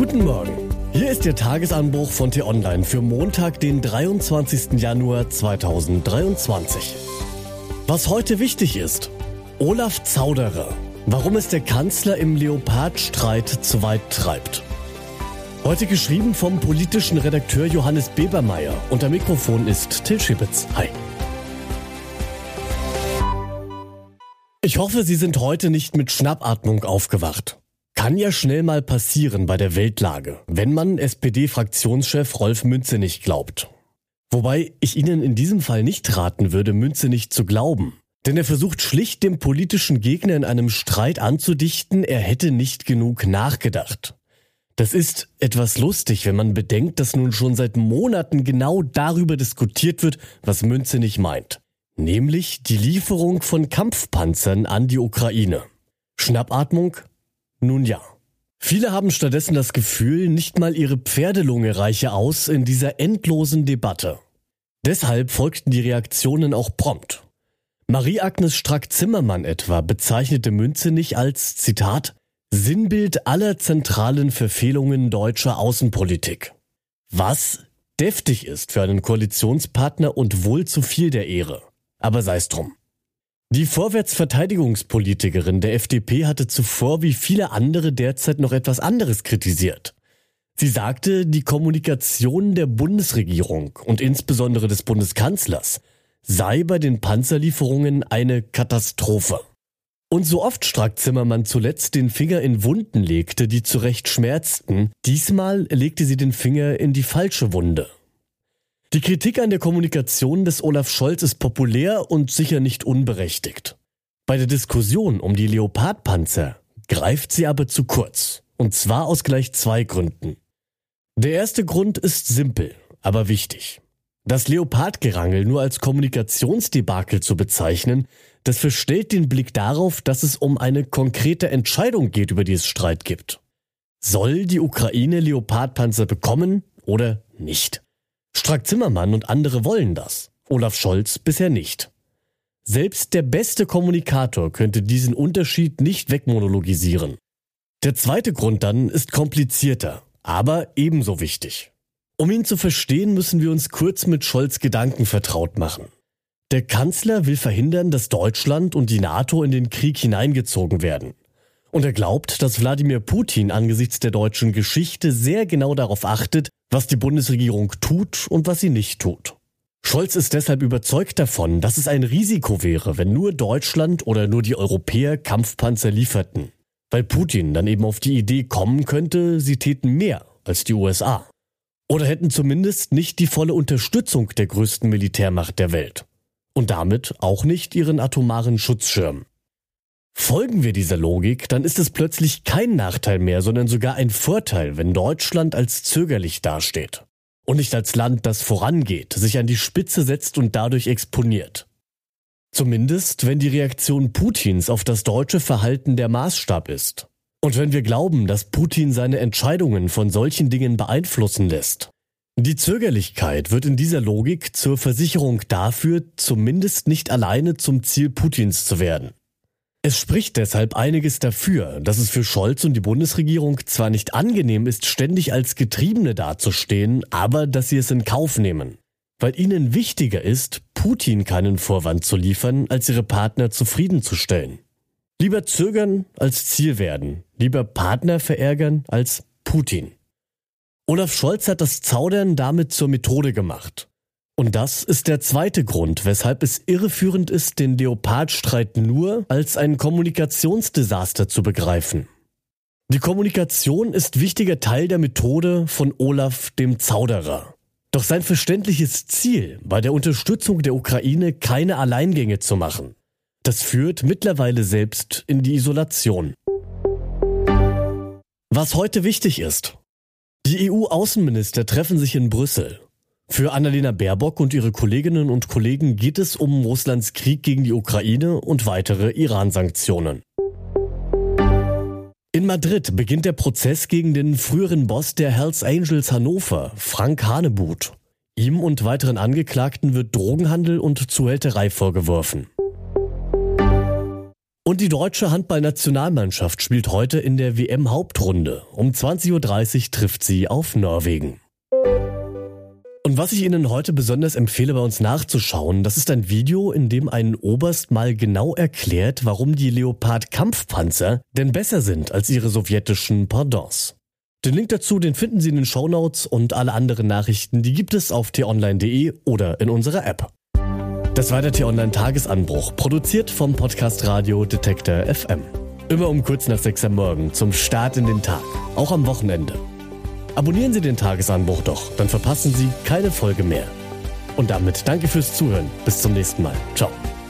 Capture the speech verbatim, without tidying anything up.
Guten Morgen. Hier ist Ihr Tagesanbruch von T-Online für Montag, den dreiundzwanzigsten Januar zweitausenddreiundzwanzig. Was heute wichtig ist: Olaf Zauderer. Warum es der Kanzler im Leopard-Streit zu weit treibt. Heute geschrieben vom politischen Redakteur Johannes Bebermeier. Und am Mikrofon ist Till Schibitz. Hi. Ich hoffe, Sie sind heute nicht mit Schnappatmung aufgewacht. Kann ja schnell mal passieren bei der Weltlage, wenn man S P D-Fraktionschef Rolf Müntzenich glaubt. Wobei ich Ihnen in diesem Fall nicht raten würde, Müntzenich zu glauben. Denn er versucht schlicht dem politischen Gegner in einem Streit anzudichten, er hätte nicht genug nachgedacht. Das ist etwas lustig, wenn man bedenkt, dass nun schon seit Monaten genau darüber diskutiert wird, was Müntzenich meint. Nämlich die Lieferung von Kampfpanzern an die Ukraine. Schnappatmung? Nun ja. Viele haben stattdessen das Gefühl, nicht mal ihre Pferdelunge reiche aus in dieser endlosen Debatte. Deshalb folgten die Reaktionen auch prompt. Marie-Agnes Strack-Zimmermann etwa bezeichnete Müntzenich als, Zitat, Sinnbild aller zentralen Verfehlungen deutscher Außenpolitik. Was deftig ist für einen Koalitionspartner und wohl zu viel der Ehre. Aber sei's drum. Die Vorwärtsverteidigungspolitikerin der F D P hatte zuvor wie viele andere derzeit noch etwas anderes kritisiert. Sie sagte, die Kommunikation der Bundesregierung und insbesondere des Bundeskanzlers sei bei den Panzerlieferungen eine Katastrophe. Und so oft Strack-Zimmermann zuletzt den Finger in Wunden legte, die zu Recht schmerzten, diesmal legte sie den Finger in die falsche Wunde. Die Kritik an der Kommunikation des Olaf Scholz ist populär und sicher nicht unberechtigt. Bei der Diskussion um die Leopard-Panzer greift sie aber zu kurz. Und zwar aus gleich zwei Gründen. Der erste Grund ist simpel, aber wichtig. Das Leopard-Gerangel nur als Kommunikationsdebakel zu bezeichnen, das verstellt den Blick darauf, dass es um eine konkrete Entscheidung geht, über die es Streit gibt. Soll die Ukraine Leopard-Panzer bekommen oder nicht? Strack-Zimmermann und andere wollen das, Olaf Scholz bisher nicht. Selbst der beste Kommunikator könnte diesen Unterschied nicht wegmonologisieren. Der zweite Grund dann ist komplizierter, aber ebenso wichtig. Um ihn zu verstehen, müssen wir uns kurz mit Scholz' Gedanken vertraut machen. Der Kanzler will verhindern, dass Deutschland und die NATO in den Krieg hineingezogen werden. Und er glaubt, dass Wladimir Putin angesichts der deutschen Geschichte sehr genau darauf achtet, was die Bundesregierung tut und was sie nicht tut. Scholz ist deshalb überzeugt davon, dass es ein Risiko wäre, wenn nur Deutschland oder nur die Europäer Kampfpanzer lieferten. Weil Putin dann eben auf die Idee kommen könnte, sie täten mehr als die U S A. Oder hätten zumindest nicht die volle Unterstützung der größten Militärmacht der Welt. Und damit auch nicht ihren atomaren Schutzschirm. Folgen wir dieser Logik, dann ist es plötzlich kein Nachteil mehr, sondern sogar ein Vorteil, wenn Deutschland als zögerlich dasteht. Und nicht als Land, das vorangeht, sich an die Spitze setzt und dadurch exponiert. Zumindest, wenn die Reaktion Putins auf das deutsche Verhalten der Maßstab ist. Und wenn wir glauben, dass Putin seine Entscheidungen von solchen Dingen beeinflussen lässt. Die Zögerlichkeit wird in dieser Logik zur Versicherung dafür, zumindest nicht alleine zum Ziel Putins zu werden. Es spricht deshalb einiges dafür, dass es für Scholz und die Bundesregierung zwar nicht angenehm ist, ständig als Getriebene dazustehen, aber dass sie es in Kauf nehmen. Weil ihnen wichtiger ist, Putin keinen Vorwand zu liefern, als ihre Partner zufriedenzustellen. Lieber zögern als Ziel werden, lieber Partner verärgern als Putin. Olaf Scholz hat das Zaudern damit zur Methode gemacht. Und das ist der zweite Grund, weshalb es irreführend ist, den Leopard-Streit nur als ein Kommunikationsdesaster zu begreifen. Die Kommunikation ist wichtiger Teil der Methode von Olaf dem Zauderer. Doch sein verständliches Ziel war der Unterstützung der Ukraine, keine Alleingänge zu machen. Das führt mittlerweile selbst in die Isolation. Was heute wichtig ist: Die E U-Außenminister treffen sich in Brüssel. Für Annalena Baerbock und ihre Kolleginnen und Kollegen geht es um Russlands Krieg gegen die Ukraine und weitere Iran-Sanktionen. In Madrid beginnt der Prozess gegen den früheren Boss der Hells Angels Hannover, Frank Hanebuth. Ihm und weiteren Angeklagten wird Drogenhandel und Zuhälterei vorgeworfen. Und die deutsche Handballnationalmannschaft spielt heute in der W M-Hauptrunde. Um zwanzig Uhr dreißig trifft sie auf Norwegen. Und was ich Ihnen heute besonders empfehle, bei uns nachzuschauen, das ist ein Video, in dem ein Oberst mal genau erklärt, warum die Leopard-Kampfpanzer denn besser sind als ihre sowjetischen Pendants. Den Link dazu, den finden Sie in den Shownotes, und alle anderen Nachrichten, die gibt es auf t online punkt de oder in unserer App. Das war der T-Online-Tagesanbruch, produziert vom Podcast Radio Detektor F M. Immer um kurz nach sechs am Morgen zum Start in den Tag, auch am Wochenende. Abonnieren Sie den Tagesanbruch doch, dann verpassen Sie keine Folge mehr. Und damit danke fürs Zuhören. Bis zum nächsten Mal. Ciao.